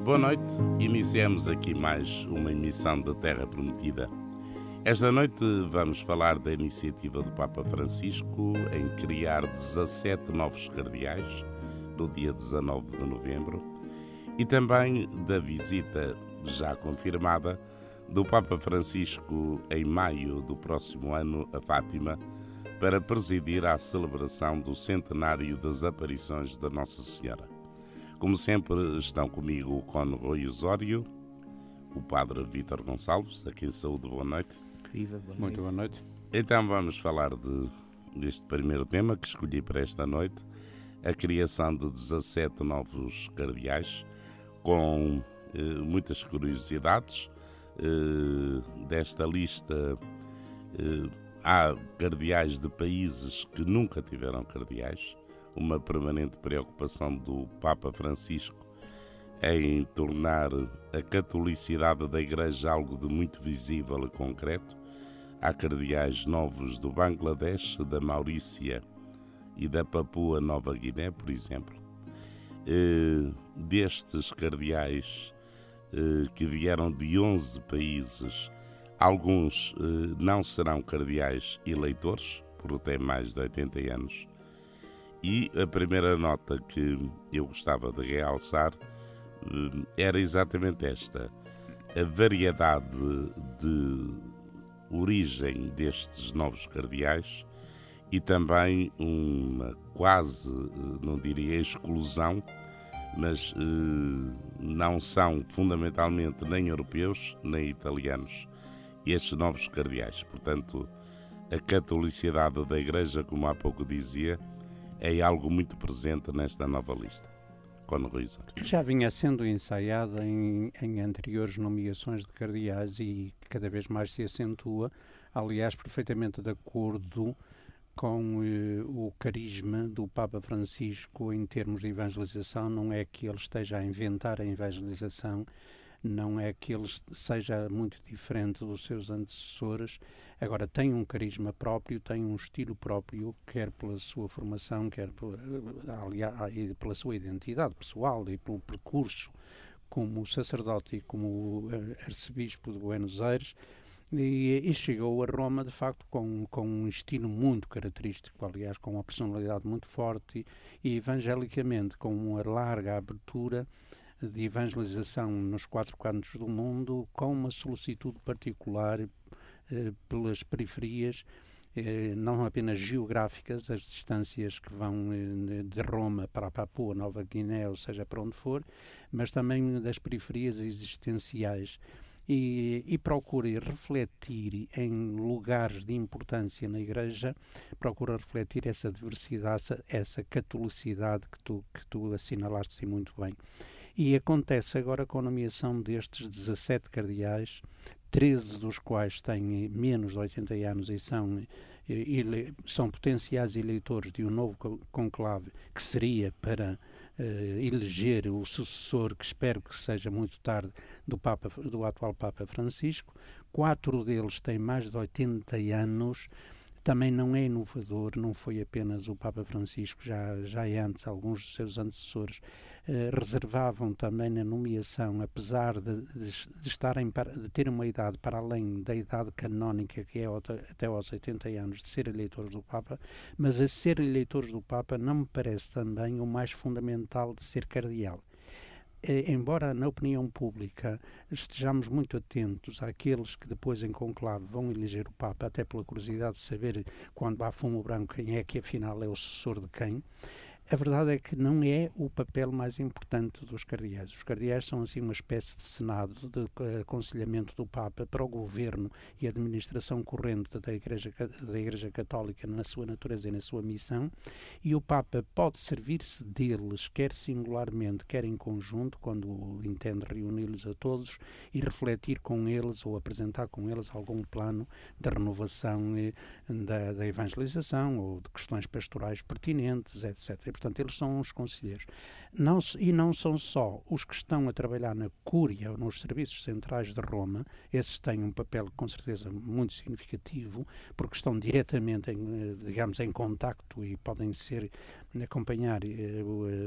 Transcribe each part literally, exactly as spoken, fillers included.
Boa noite, iniciamos aqui mais uma emissão da Terra Prometida. Esta noite vamos falar da iniciativa do Papa Francisco em criar dezassete novos cardeais no dia dezanove de novembro e também da visita já confirmada do Papa Francisco em maio do próximo ano a Fátima para presidir à celebração do centenário das aparições da Nossa Senhora. Como sempre, estão comigo o Cônego Rui Osório, o Padre Vítor Gonçalves, a quem saúde, boa noite. Viva, boa noite. Muito boa noite. Então vamos falar de, deste primeiro tema que escolhi para esta noite, a criação de dezassete novos cardeais, com eh, muitas curiosidades. Eh, desta lista eh, há cardeais de países que nunca tiveram cardeais, uma permanente preocupação do Papa Francisco em tornar a catolicidade da Igreja algo de muito visível e concreto. Há cardeais novos do Bangladesh, da Maurícia e da Papua Nova Guiné, por exemplo. Eh, destes cardeais eh, que vieram de onze países, alguns eh, não serão cardeais eleitores, porque têm mais de oitenta anos. E a primeira nota que eu gostava de realçar eh, era exatamente esta: a variedade de origem destes novos cardeais e também uma quase, não diria exclusão, mas eh, não são fundamentalmente nem europeus nem italianos estes novos cardeais. Portanto, a catolicidade da Igreja, como há pouco dizia, é algo muito presente nesta nova lista. Cônego Rui Osório. Já vinha sendo ensaiada em, em anteriores nomeações de cardeais e cada vez mais se acentua, aliás, perfeitamente de acordo com eh, o carisma do Papa Francisco em termos de evangelização. Não é que ele esteja a inventar a evangelização, não é que ele seja muito diferente dos seus antecessores. Agora, tem um carisma próprio, tem um estilo próprio, quer pela sua formação, quer pela, aliás, pela sua identidade pessoal e pelo percurso como sacerdote e como arcebispo de Buenos Aires. E, e chegou a Roma, de facto, com, com um estilo muito característico, aliás, com uma personalidade muito forte e, e evangelicamente, com uma larga abertura de evangelização nos quatro cantos do mundo, com uma solicitude particular eh, pelas periferias, eh, não apenas geográficas, as distâncias que vão eh, de Roma para a Papua Nova Guiné, ou seja, para onde for, mas também das periferias existenciais. E, e procura refletir em lugares de importância na Igreja, procura refletir essa diversidade, essa, essa catolicidade que tu, que tu assinalaste muito bem. E acontece agora com a nomeação destes dezassete cardeais, treze dos quais têm menos de oitenta anos e são, ele, são potenciais eleitores de um novo conclave, que seria para uh, eleger o sucessor, que espero que seja muito tarde, do, Papa, do atual Papa Francisco. Quatro deles têm mais de oitenta anos. Também não é inovador, não foi apenas o Papa Francisco, já, já antes, alguns dos seus antecessores eh, reservavam também na nomeação, apesar de, de, de, estarem para, de ter uma idade para além da idade canónica, que é até aos oitenta anos, de ser eleitores do Papa, mas a ser eleitores do Papa não me parece também o mais fundamental de ser cardeal. Embora na opinião pública estejamos muito atentos àqueles que depois em conclave vão eleger o Papa, até pela curiosidade de saber, quando há fumo branco, quem é que afinal é o sucessor de quem, a verdade é que não é o papel mais importante dos cardeais. Os cardeais são assim uma espécie de senado de aconselhamento do Papa para o governo e administração corrente da Igreja, da Igreja Católica na sua natureza e na sua missão, e o Papa pode servir-se deles, quer singularmente, quer em conjunto, quando entende reuni-los a todos e refletir com eles ou apresentar com eles algum plano de renovação da, da evangelização ou de questões pastorais pertinentes, etcétera. portanto, eles são os conselheiros. Não, e não são só os que estão a trabalhar na Cúria ou nos serviços centrais de Roma, esses têm um papel com certeza muito significativo, porque estão diretamente, em, digamos, em contacto e podem ser, acompanhar eh,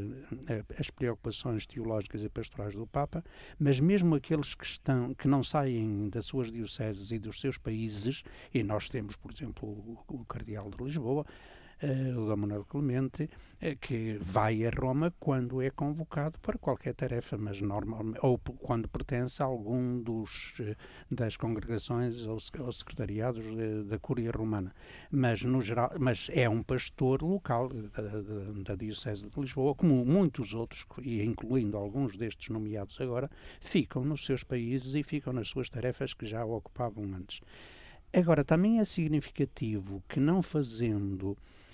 eh, as preocupações teológicas e pastorais do Papa, mas mesmo aqueles que, estão, que não saem das suas dioceses e dos seus países, e nós temos, por exemplo, o, o Cardeal de Lisboa, Uh, o Dom Manuel Clemente, uh, que vai a Roma quando é convocado para qualquer tarefa, mas normalmente, ou quando pertence a algum dos, uh, das congregações ou, ou secretariados de, da Cúria Romana. Mas, no geral, mas é um pastor local da, da, da Diocese de Lisboa, como muitos outros, e incluindo alguns destes nomeados agora, ficam nos seus países e ficam nas suas tarefas que já ocupavam antes. Agora, também é significativo que, não fazendo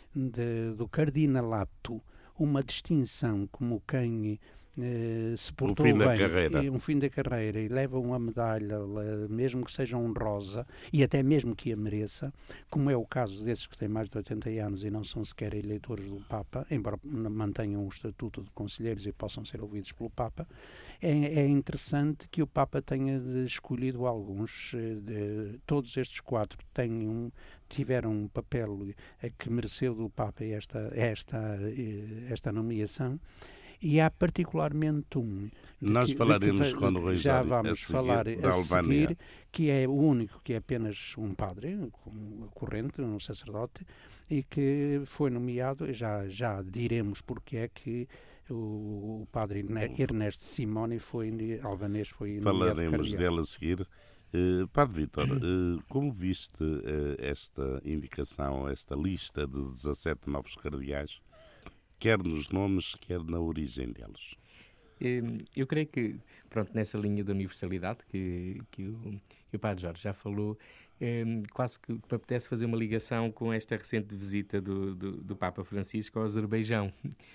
De, do cardinalato uma distinção como quem eh, se portou um fim bem, da carreira. E, um fim da carreira e leva uma medalha, mesmo que seja honrosa e até mesmo que a mereça, como é o caso desses que têm mais de oitenta anos e não são sequer eleitores do Papa, embora mantenham o estatuto de conselheiros e possam ser ouvidos pelo Papa. É, é interessante que o Papa tenha escolhido alguns, de, todos estes quatro têm um, tiveram um papel que mereceu do Papa esta, esta, esta nomeação, e há particularmente um nós que, falaremos que, quando o já vamos a seguir, falar da a Albânia, seguir, que é o único que é apenas um padre um corrente, um sacerdote, e que foi nomeado, já, já diremos porque é que o, o padre Ernesto Simoni foi albanês, foi nomeado falaremos cardeal. dele a seguir. Uh, Padre Vítor, uh, como viste uh, esta indicação, esta lista de dezassete novos cardeais, quer nos nomes, quer na origem deles? Eu creio que, pronto, nessa linha da universalidade que, que, o, que o Padre Jorge já falou, quase que me apetece fazer uma ligação com esta recente visita do, do, do Papa Francisco ao Azerbaijão,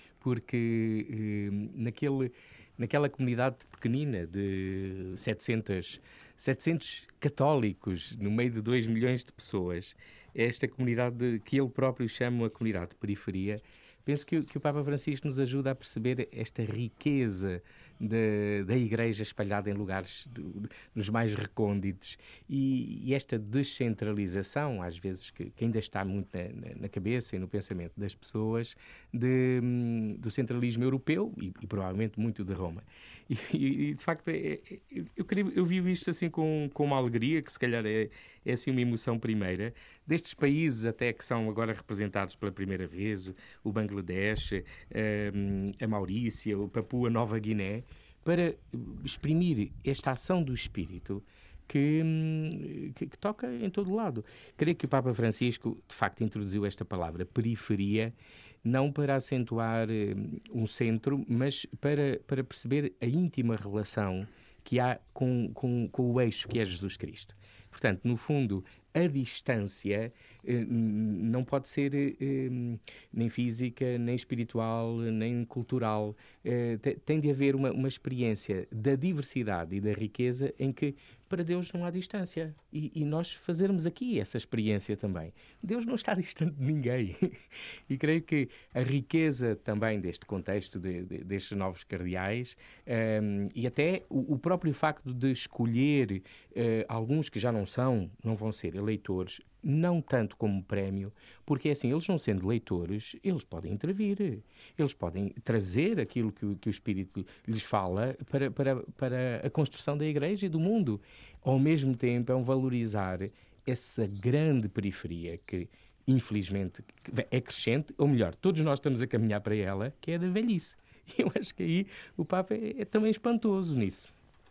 porque naquele... naquela comunidade pequenina de setecentos, setecentos católicos, no meio de dois milhões de pessoas, esta comunidade que ele próprio chama a comunidade de periferia, penso que, que o Papa Francisco nos ajuda a perceber esta riqueza da, da Igreja espalhada em lugares do, dos mais recônditos e, e esta descentralização, às vezes, que, que ainda está muito na, na cabeça e no pensamento das pessoas, de, do centralismo europeu e, e provavelmente muito de Roma. E, e de facto, é, é, eu, queria, eu vivo isto assim com, com uma alegria, que se calhar é, é assim uma emoção primeira, destes países até que são agora representados pela primeira vez, o, o Bangladesh, a, a Maurícia, o Papua Nova Guiné, para exprimir esta ação do Espírito que, que, que toca em todo lado. Creio que o Papa Francisco, de facto, introduziu esta palavra periferia, não para acentuar um centro, mas para, para perceber a íntima relação que há com, com, com o eixo que é Jesus Cristo. Portanto, no fundo, a distância eh, não pode ser eh, nem física, nem espiritual, nem cultural. Eh, tem de haver uma, uma experiência da diversidade e da riqueza em que para Deus não há distância. E, e nós fazermos aqui essa experiência também. Deus não está distante de ninguém. E creio que a riqueza também deste contexto, de, de, destes novos cardeais, um, e até o, o próprio facto de escolher uh, alguns que já não são, não vão ser eleitores, não tanto como prémio, porque assim, eles não sendo leitores, eles podem intervir, eles podem trazer aquilo que, que o Espírito lhes fala para, para, para a construção da Igreja e do mundo. Ao mesmo tempo, é um valorizar essa grande periferia que, infelizmente, é crescente, ou melhor, todos nós estamos a caminhar para ela, que é a da velhice. E eu acho que aí o Papa é, é também espantoso nisso.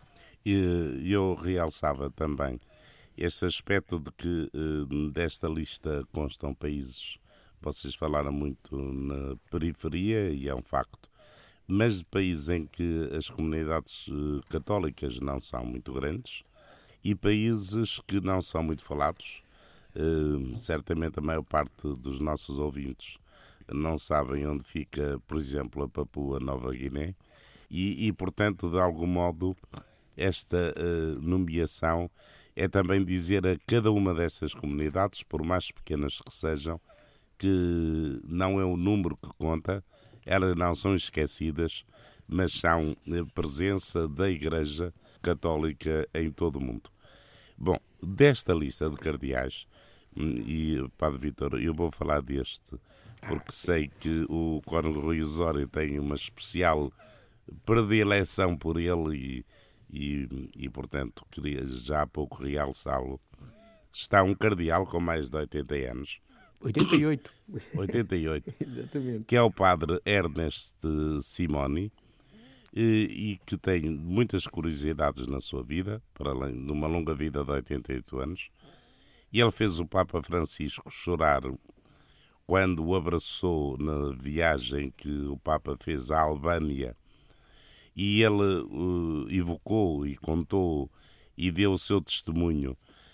E eu realçava também este aspecto de que desta lista constam países, vocês falaram muito na periferia, e é um facto, mas de países em que as comunidades católicas não são muito grandes e países que não são muito falados. Certamente a maior parte dos nossos ouvintes não sabem onde fica, por exemplo, a Papua Nova Guiné, e, e portanto, de algum modo, esta nomeação é também dizer a cada uma dessas comunidades, por mais pequenas que sejam, que não é o número que conta, elas não são esquecidas, mas são presença da Igreja Católica em todo o mundo. Bom, desta lista de cardeais, e Padre Vítor, eu vou falar deste, porque sei que o Cônego Rui Osório tem uma especial predileção por ele e, e, e, portanto, queria já há pouco realçá-lo. Está um cardeal com mais de oitenta anos. oitenta e oito. oitenta e oito. Exatamente. Que é o Padre Ernest Simoni, e, e que tem muitas curiosidades na sua vida, para além de uma longa vida de oitenta e oito anos. E ele fez o Papa Francisco chorar quando o abraçou na viagem que o Papa fez à Albânia, e ele uh, evocou e contou e deu o seu testemunho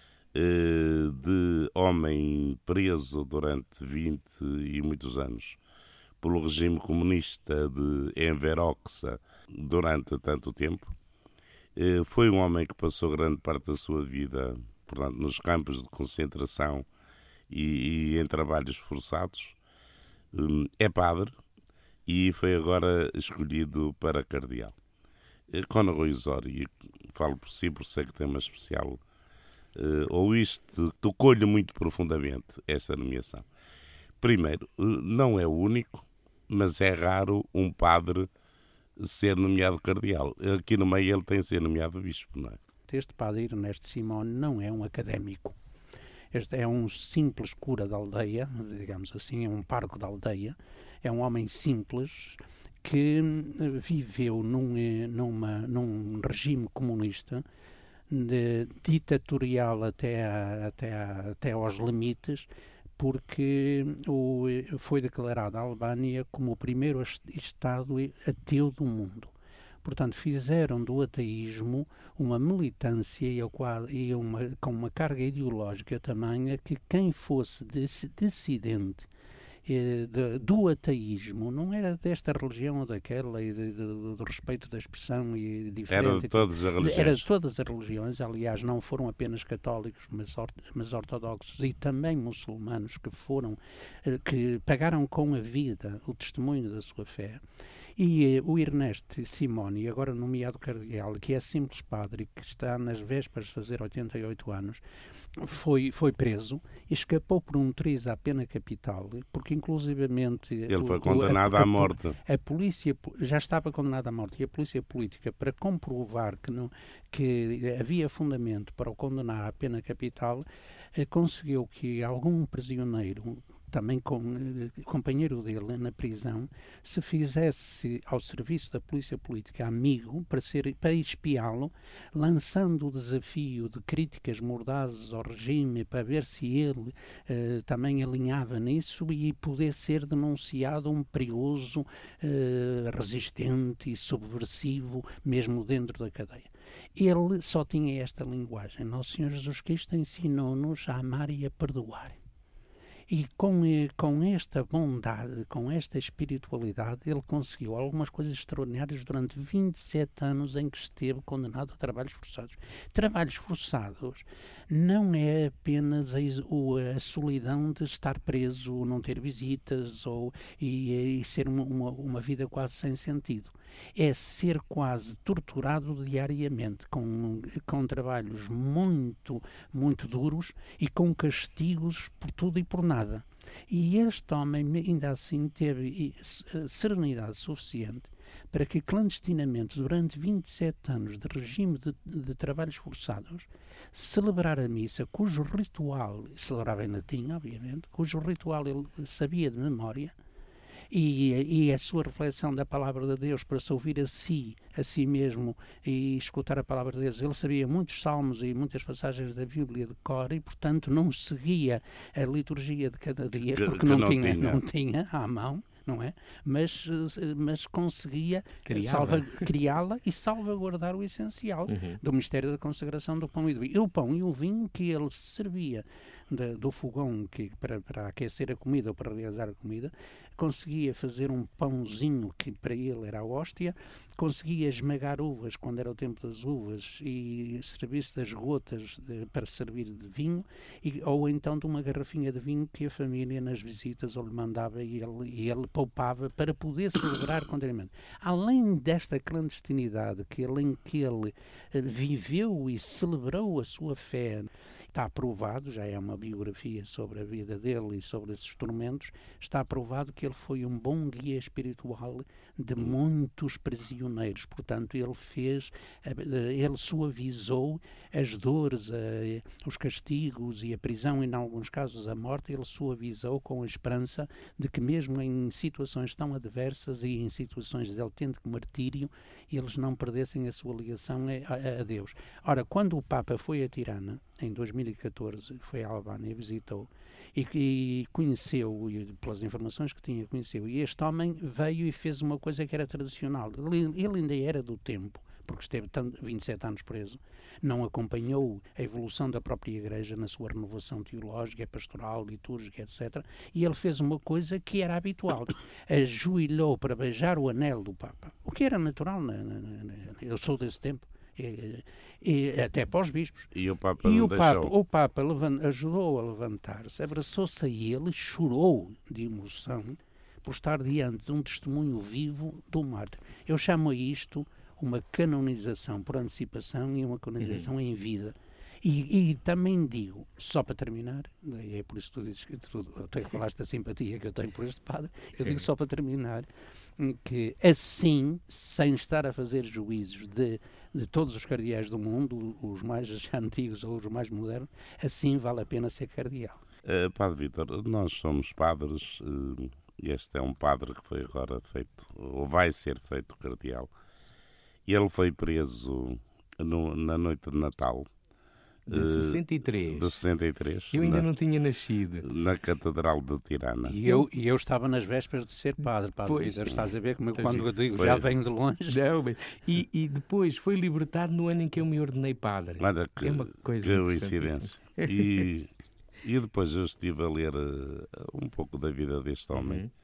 uh, de homem preso durante vinte e muitos anos pelo regime comunista de Enver Hoxha durante tanto tempo. Uh, foi um homem que passou grande parte da sua vida, portanto, nos campos de concentração e, e em trabalhos forçados. Um, é padre e foi agora escolhido para cardeal. Cônego Rui Osório, e falo por si, por sei que tem uma especial, uh, ou isto tocou-lhe muito profundamente, esta nomeação. Primeiro, uh, não é o único, mas é raro um padre ser nomeado cardeal. Aqui no meio ele tem de ser nomeado bispo, não é? Este padre Ernest Simoni não é um académico. Este é um simples cura da aldeia, digamos assim, é um parco da aldeia, é um homem simples que viveu num, numa, num regime comunista, de, ditatorial até, a, até, a, até aos limites, porque o, foi declarada a Albânia como o primeiro Estado ateu do mundo. Portanto, fizeram do ateísmo uma militância e, e uma, com uma carga ideológica tamanha que quem fosse dissidente eh, de, do ateísmo não era desta religião ou daquela, e de, de, do respeito da expressão e diferente. Era de todas as religiões. Era de todas as religiões, aliás, não foram apenas católicos, mas, or, mas ortodoxos e também muçulmanos que foram, eh, que pagaram com a vida o testemunho da sua fé. E eh, o Ernest Simoni, agora nomeado cardeal, que é simples padre e que está nas vésperas de fazer oitenta e oito anos, foi, foi preso e escapou por um triz à pena capital, porque inclusivamente... Ele o, foi condenado a, a, à morte. A, a polícia já estava condenado à morte, e a polícia política, para comprovar que, não, que havia fundamento para o condenar à pena capital, eh, conseguiu que algum prisioneiro, também com eh, companheiro dele na prisão, se fizesse ao serviço da polícia política amigo para, ser, para espiá-lo, lançando o desafio de críticas mordazes ao regime para ver se ele eh, também alinhava nisso e poder ser denunciado um perigoso, eh, resistente e subversivo mesmo dentro da cadeia. Ele só tinha esta linguagem. Nosso Senhor Jesus Cristo ensinou-nos a amar e a perdoar. E com, com esta bondade, com esta espiritualidade, ele conseguiu algumas coisas extraordinárias durante vinte e sete anos em que esteve condenado a trabalhos forçados. Trabalhos forçados não é apenas a, a solidão de estar preso, não ter visitas ou, e, e ser uma, uma, uma vida quase sem sentido. É ser quase torturado diariamente, com, com trabalhos muito, muito duros e com castigos por tudo e por nada. E este homem, ainda assim, teve serenidade suficiente para que, clandestinamente, durante vinte e sete anos de regime de, de trabalhos forçados, celebrar a missa, cujo ritual, celebrava em latim, obviamente, cujo ritual ele sabia de memória, E, e a sua reflexão da palavra de Deus para se ouvir a si, a si mesmo e escutar a palavra de Deus. Ele sabia muitos salmos e muitas passagens da Bíblia de cor e, portanto, não seguia a liturgia de cada dia, que, porque que não, não, tinha, tinha. não tinha à mão, não é? Mas, mas conseguia Criava. criá-la e salvaguardar o essencial uhum. do mistério da consagração do pão e do vinho. E o pão e o vinho que ele servia de, do fogão que, para, para aquecer a comida ou para realizar a comida, conseguia fazer um pãozinho que para ele era a hóstia, conseguia esmagar uvas quando era o tempo das uvas e servir-se das gotas de, para servir de vinho, e, ou então de uma garrafinha de vinho que a família nas visitas ou lhe mandava e ele, e ele poupava para poder celebrar continuamente. Além desta clandestinidade que ele, em que ele uh, viveu e celebrou a sua fé, está provado, já é uma biografia sobre a vida dele e sobre esses tormentos, está provado que ele foi um bom guia espiritual de muitos prisioneiros. Portanto, ele fez, ele suavizou as dores, a, os castigos e a prisão, e em alguns casos a morte, ele suavizou com a esperança de que mesmo em situações tão adversas e em situações de autêntico martírio, eles não perdessem a sua ligação a, a, a Deus. Ora, quando o Papa foi a Tirana, em dois mil e catorze, foi à Albânia, visitou e, e conheceu, e pelas informações que tinha, conheceu, e este homem veio e fez uma coisa que era tradicional. Ele, ele ainda era do tempo, porque esteve tanto, vinte e sete anos preso, não acompanhou a evolução da própria Igreja na sua renovação teológica, pastoral, litúrgica, etcétera. E ele fez uma coisa que era habitual. Ajoelhou para beijar o anel do Papa, o que era natural. Na, na, na, eu sou desse tempo. E, e, até para os bispos. E o Papa, e não o deixou. Papa, o Papa levant, ajudou a levantar-se, abraçou-se a ele e chorou de emoção por estar diante de um testemunho vivo do mártir. Eu chamo a isto uma canonização por antecipação e uma canonização uhum. em vida. E, e também digo, só para terminar, e é por isso que tu dizes que tu, tu falaste da simpatia que eu tenho por este padre, eu digo só para terminar que assim, sem estar a fazer juízos de, de todos os cardeais do mundo, os mais antigos ou os mais modernos, assim vale a pena ser cardeal. Uh, padre Vítor, nós somos padres, uh, este é um padre que foi agora feito, ou vai ser feito cardeal, e ele foi preso no, na noite de Natal. De sessenta e três. De sessenta e três. Eu ainda na, não tinha nascido. Na Catedral de Tirana. E eu, e eu estava nas vésperas de ser padre, padre pois, Vítor, estás a ver como eu, quando eu digo foi. Já venho de longe. Não, e, e depois foi libertado no ano em que eu me ordenei padre. Olha que, é uma coisa que coincidência. E, e depois eu estive a ler uh, um pouco da vida deste homem, uhum.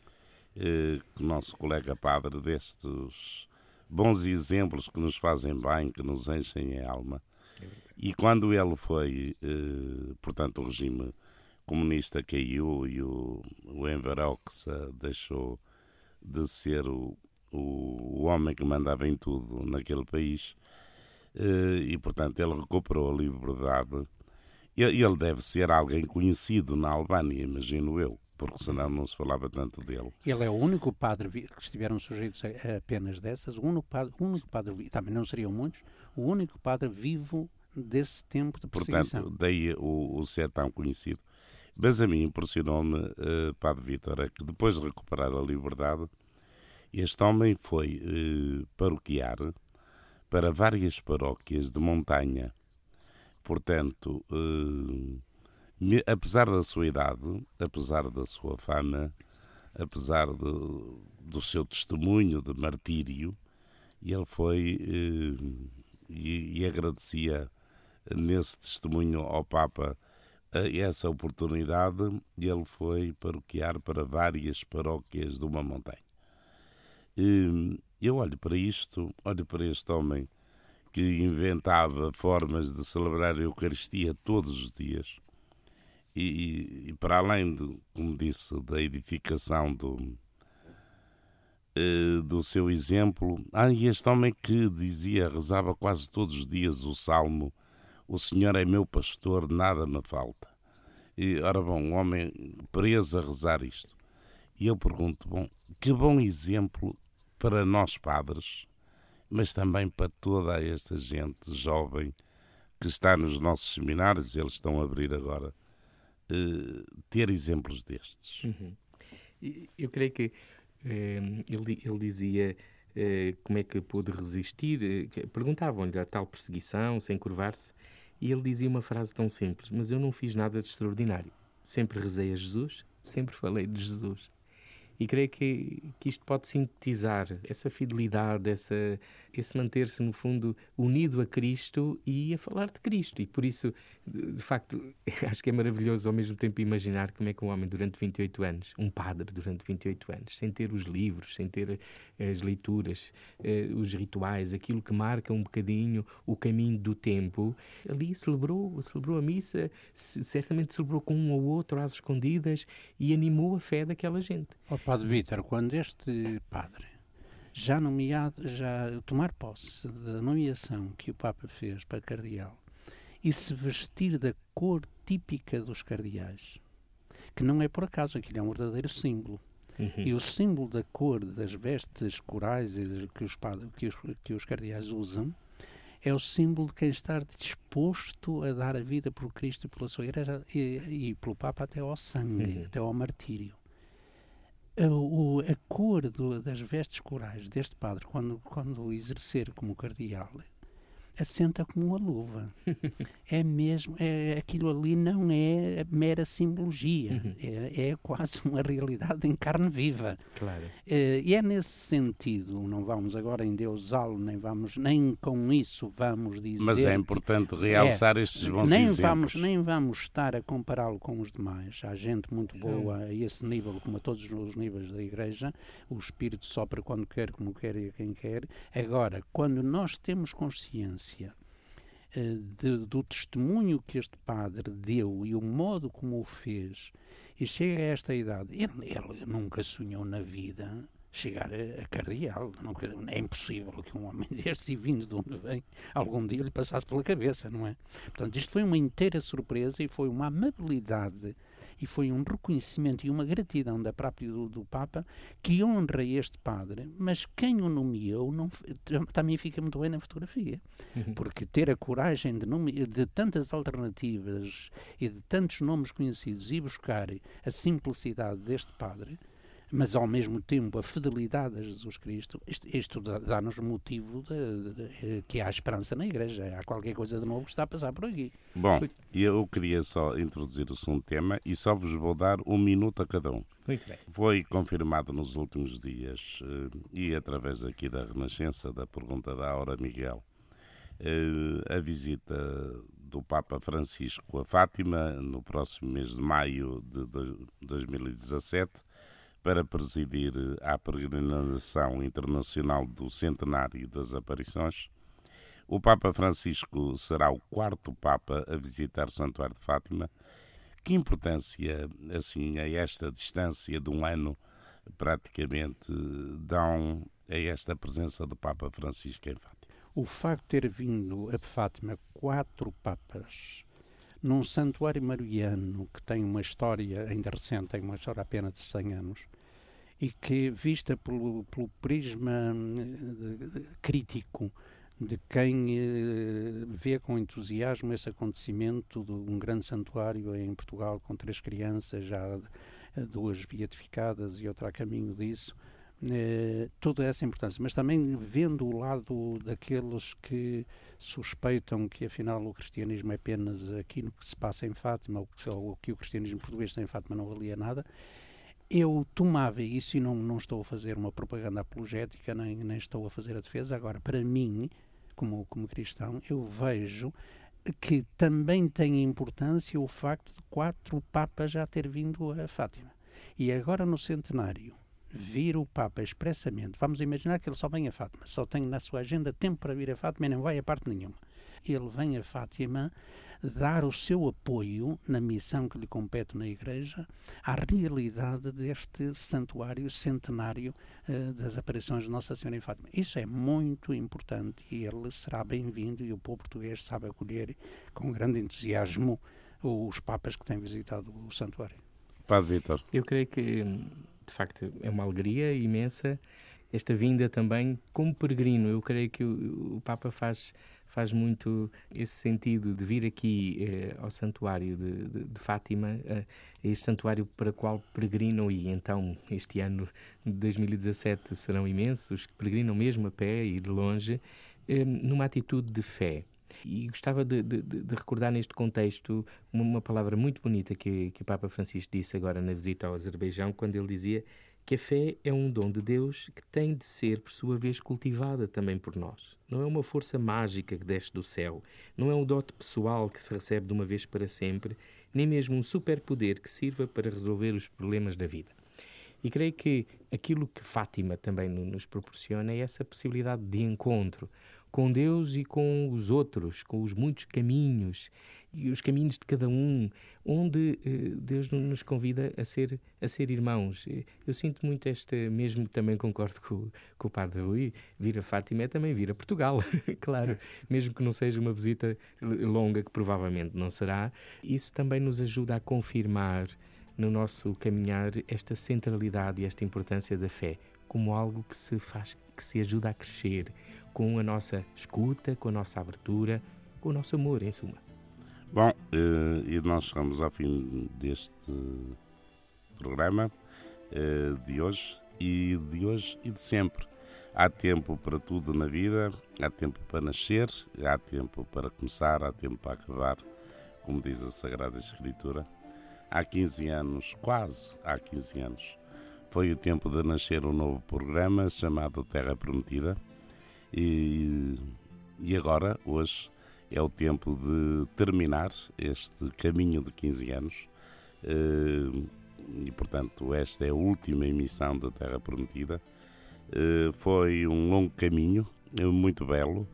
uh, que o nosso colega padre, destes bons exemplos que nos fazem bem, que nos enchem a alma. E quando ele foi, eh, portanto, o regime comunista caiu e o, o Enver Hoxha deixou de ser o, o, o homem que mandava em tudo naquele país, eh, e, portanto, ele recuperou a liberdade. Ele, ele deve ser alguém conhecido na Albânia, imagino eu, porque senão não se falava tanto dele. Ele é o único padre que estiveram sujeitos a, a penas dessas, o único padre, o único padre, também não seriam muitos, o único padre vivo desse tempo de perseguição. Portanto, daí o, o ser tão conhecido. Mas a mim impressionou-me, uh, Padre Vítor, é que depois de recuperar a liberdade, este homem foi uh, paroquiar para várias paróquias de montanha. Portanto, uh, me, apesar da sua idade, apesar da sua fama, apesar de, do seu testemunho de martírio, ele foi uh, e, e agradecia nesse testemunho ao Papa essa oportunidade, e ele foi paroquiar para várias paróquias de uma montanha. Eu olho para isto, olho para este homem que inventava formas de celebrar a Eucaristia todos os dias, e, e para além, de, como disse, da edificação do, do seu exemplo, ah, e este homem que dizia, rezava quase todos os dias o Salmo: o Senhor é meu pastor, nada me falta. E, ora bom, um homem preso a rezar isto. E eu pergunto, bom, que bom exemplo para nós padres, mas também para toda esta gente jovem que está nos nossos seminários, eles estão a abrir agora, eh, ter exemplos destes. Uhum. Eu creio que eh, ele, ele dizia eh, como é que pôde resistir, eh, perguntavam-lhe a tal perseguição, sem curvar-se, e ele dizia uma frase tão simples: mas eu não fiz nada de extraordinário. Sempre rezei a Jesus, sempre falei de Jesus. E creio que, que isto pode sintetizar essa fidelidade, essa, esse manter-se, no fundo, unido a Cristo e a falar de Cristo. E por isso, de, de facto, acho que é maravilhoso ao mesmo tempo imaginar como é que um homem durante vinte e oito anos, um padre durante vinte e oito anos, sem ter os livros, sem ter as leituras, eh, os rituais, aquilo que marca um bocadinho o caminho do tempo, ali celebrou, celebrou a missa, certamente celebrou com um ou outro às escondidas e animou a fé daquela gente. Ó Padre Vítor, quando este padre, já nomeado, já tomar posse da nomeação que o Papa fez para cardeal e se vestir da cor típica dos cardeais, que não é por acaso, aquilo é um verdadeiro símbolo. Uhum. E o símbolo da cor das vestes corais que os, que, os, que os cardeais usam é o símbolo de quem está disposto a dar a vida por Cristo e pela sua Igreja e, e pelo Papa até ao sangue, uhum. até ao martírio. A, o, a cor do, das vestes corais deste padre, quando, quando exercer como cardeal, assenta como uma luva. É mesmo, é, aquilo ali não é mera simbologia, uhum. é, é quase uma realidade em carne viva. Claro. É, e é nesse sentido, não vamos agora endeusá-lo, nem vamos, nem com isso vamos dizer... Mas é importante realçar é, estes bons nem exemplos. Vamos, nem vamos estar a compará-lo com os demais. Há gente muito boa a esse nível, como a todos os níveis da Igreja. O Espírito sopra quando quer, como quer e a quem quer. Agora, quando nós temos consciência De, do testemunho que este padre deu e o modo como o fez, e chega a esta idade, ele, ele nunca sonhou na vida chegar a, a cardeal. Nunca, é impossível que um homem destes, e vindo de onde vem, algum dia lhe passasse pela cabeça, não é? Portanto, isto foi uma inteira surpresa e foi uma amabilidade e foi um reconhecimento e uma gratidão da própria do, do Papa que honra este padre, mas quem o nomeou não, também fica muito bem na fotografia, uhum. porque ter a coragem de, nome, de tantas alternativas e de tantos nomes conhecidos e buscar a simplicidade deste padre, mas ao mesmo tempo a fidelidade a Jesus Cristo, isto, isto dá-nos motivo de, de, de, que há esperança na Igreja, há qualquer coisa de novo que está a passar por aqui. Bom, eu queria só introduzir o segundo tema e só vos vou dar um minuto a cada um. Muito bem. Foi confirmado nos últimos dias, e através aqui da Renascença, da pergunta da Aura Miguel, a visita do Papa Francisco a Fátima no próximo mês de maio de dois mil e dezassete, para presidir à peregrinação internacional do centenário das aparições. O Papa Francisco será o quarto Papa a visitar o Santuário de Fátima. Que importância, assim, a esta distância de um ano, praticamente, dão a esta presença do Papa Francisco em Fátima? O facto de ter vindo a Fátima quatro Papas num santuário mariano que tem uma história ainda recente, tem uma história apenas de cem anos, e que, vista pelo, pelo prisma de, de, crítico de quem eh, vê com entusiasmo esse acontecimento de um grande santuário em Portugal com três crianças, já duas beatificadas e outra a caminho disso, eh, toda essa importância, mas também vendo o lado daqueles que suspeitam que afinal o cristianismo é apenas aquilo que se passa em Fátima, ou que, ou que o cristianismo português sem Fátima não valia nada. Eu tomava isso, e não, não estou a fazer uma propaganda apologética, nem, nem estou a fazer a defesa. Agora, para mim, como, como cristão, eu vejo que também tem importância o facto de quatro papas já ter vindo a Fátima. E agora, no centenário, vir o Papa expressamente, vamos imaginar que ele só vem a Fátima, só tem na sua agenda tempo para vir a Fátima e não vai a parte nenhuma. Ele vem a Fátima dar o seu apoio na missão que lhe compete na Igreja à realidade deste santuário centenário uh, das aparições de Nossa Senhora em Fátima. Isso é muito importante e ele será bem-vindo, e o povo português sabe acolher com grande entusiasmo os papas que têm visitado o santuário. Padre Vítor. Eu creio que, de facto, é uma alegria imensa esta vinda também como peregrino. Eu creio que o, o Papa faz, faz muito esse sentido de vir aqui eh, ao santuário de, de, de Fátima, eh, este santuário para o qual peregrinam, e então este ano de dois mil e dezassete serão imensos, que peregrinam mesmo a pé e de longe, eh, numa atitude de fé. E gostava de, de, de recordar neste contexto uma, uma palavra muito bonita que, que o Papa Francisco disse agora na visita ao Azerbaijão, quando ele dizia que a fé é um dom de Deus que tem de ser, por sua vez, cultivada também por nós. Não é uma força mágica que desce do céu, não é um dote pessoal que se recebe de uma vez para sempre, nem mesmo um superpoder que sirva para resolver os problemas da vida. E creio que aquilo que Fátima também nos proporciona é essa possibilidade de encontro com Deus e com os outros, com os muitos caminhos, e os caminhos de cada um, onde eh, Deus nos convida a ser, a ser irmãos. Eu sinto muito esta, mesmo também concordo com, com o Padre Rui, vir a Fátima é também vir a Portugal, claro, mesmo que não seja uma visita longa, que provavelmente não será, isso também nos ajuda a confirmar no nosso caminhar esta centralidade e esta importância da fé como algo que se faz, que se ajuda a crescer com a nossa escuta, com a nossa abertura, com o nosso amor, em suma. Bom, e nós chegamos ao fim deste programa de hoje e de hoje e de sempre. Há tempo para tudo na vida, há tempo para nascer, há tempo para começar, há tempo para acabar, como diz a Sagrada Escritura. Há quinze anos, quase há quinze anos, foi o tempo de nascer um novo programa chamado Terra Prometida e, e agora, hoje, é o tempo de terminar este caminho de quinze anos e, portanto, esta é a última emissão da Terra Prometida. Foi um longo caminho, muito belo,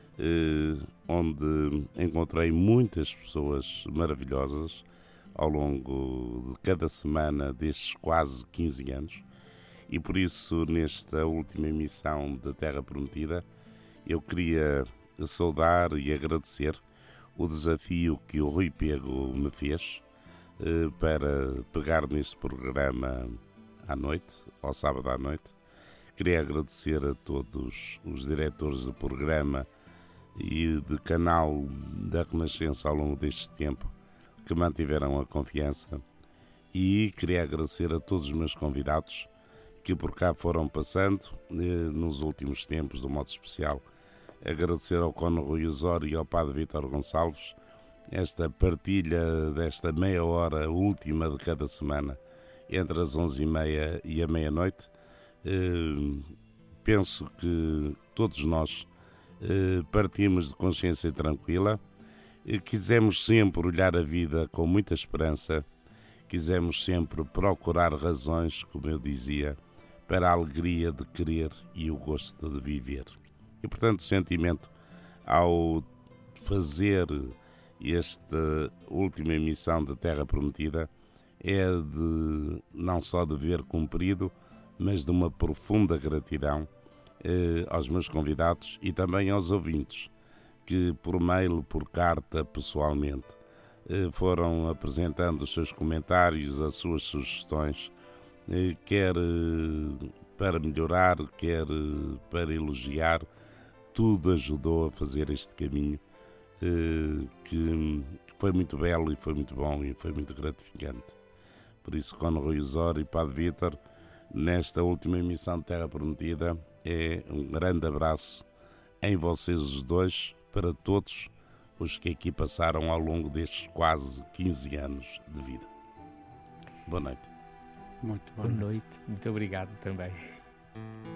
onde encontrei muitas pessoas maravilhosas ao longo de cada semana destes quase quinze anos e por isso nesta última emissão da Terra Prometida eu queria saudar e agradecer o desafio que o Rui Pego me fez eh, para pegar neste programa à noite, ao sábado à noite. Queria agradecer a todos os diretores do programa e de canal da Renascença ao longo deste tempo que mantiveram a confiança e queria agradecer a todos os meus convidados que por cá foram passando eh, nos últimos tempos, de modo especial. Agradecer ao Cono Rui Osório e ao Padre Vítor Gonçalves esta partilha desta meia hora última de cada semana entre as onze e meia e a meia-noite. Eh, penso que todos nós eh, partimos de consciência tranquila. Quisemos sempre olhar a vida com muita esperança, quisemos sempre procurar razões, como eu dizia, para a alegria de querer e o gosto de viver. E, portanto, o sentimento ao fazer esta última emissão da Terra Prometida é de não só dever cumprido, mas de uma profunda gratidão eh, aos meus convidados e também aos ouvintes, que por mail, por carta, pessoalmente, foram apresentando os seus comentários, as suas sugestões, quer para melhorar, quer para elogiar. Tudo ajudou a fazer este caminho que foi muito belo e foi muito bom e foi muito gratificante. Por isso, Cono Rui Osório e Padre Vítor, nesta última emissão de Terra Prometida, é um grande abraço em vocês os dois, para todos os que aqui passaram ao longo destes quase quinze anos de vida. Boa noite. Muito boa boa noite. noite. Muito obrigado também.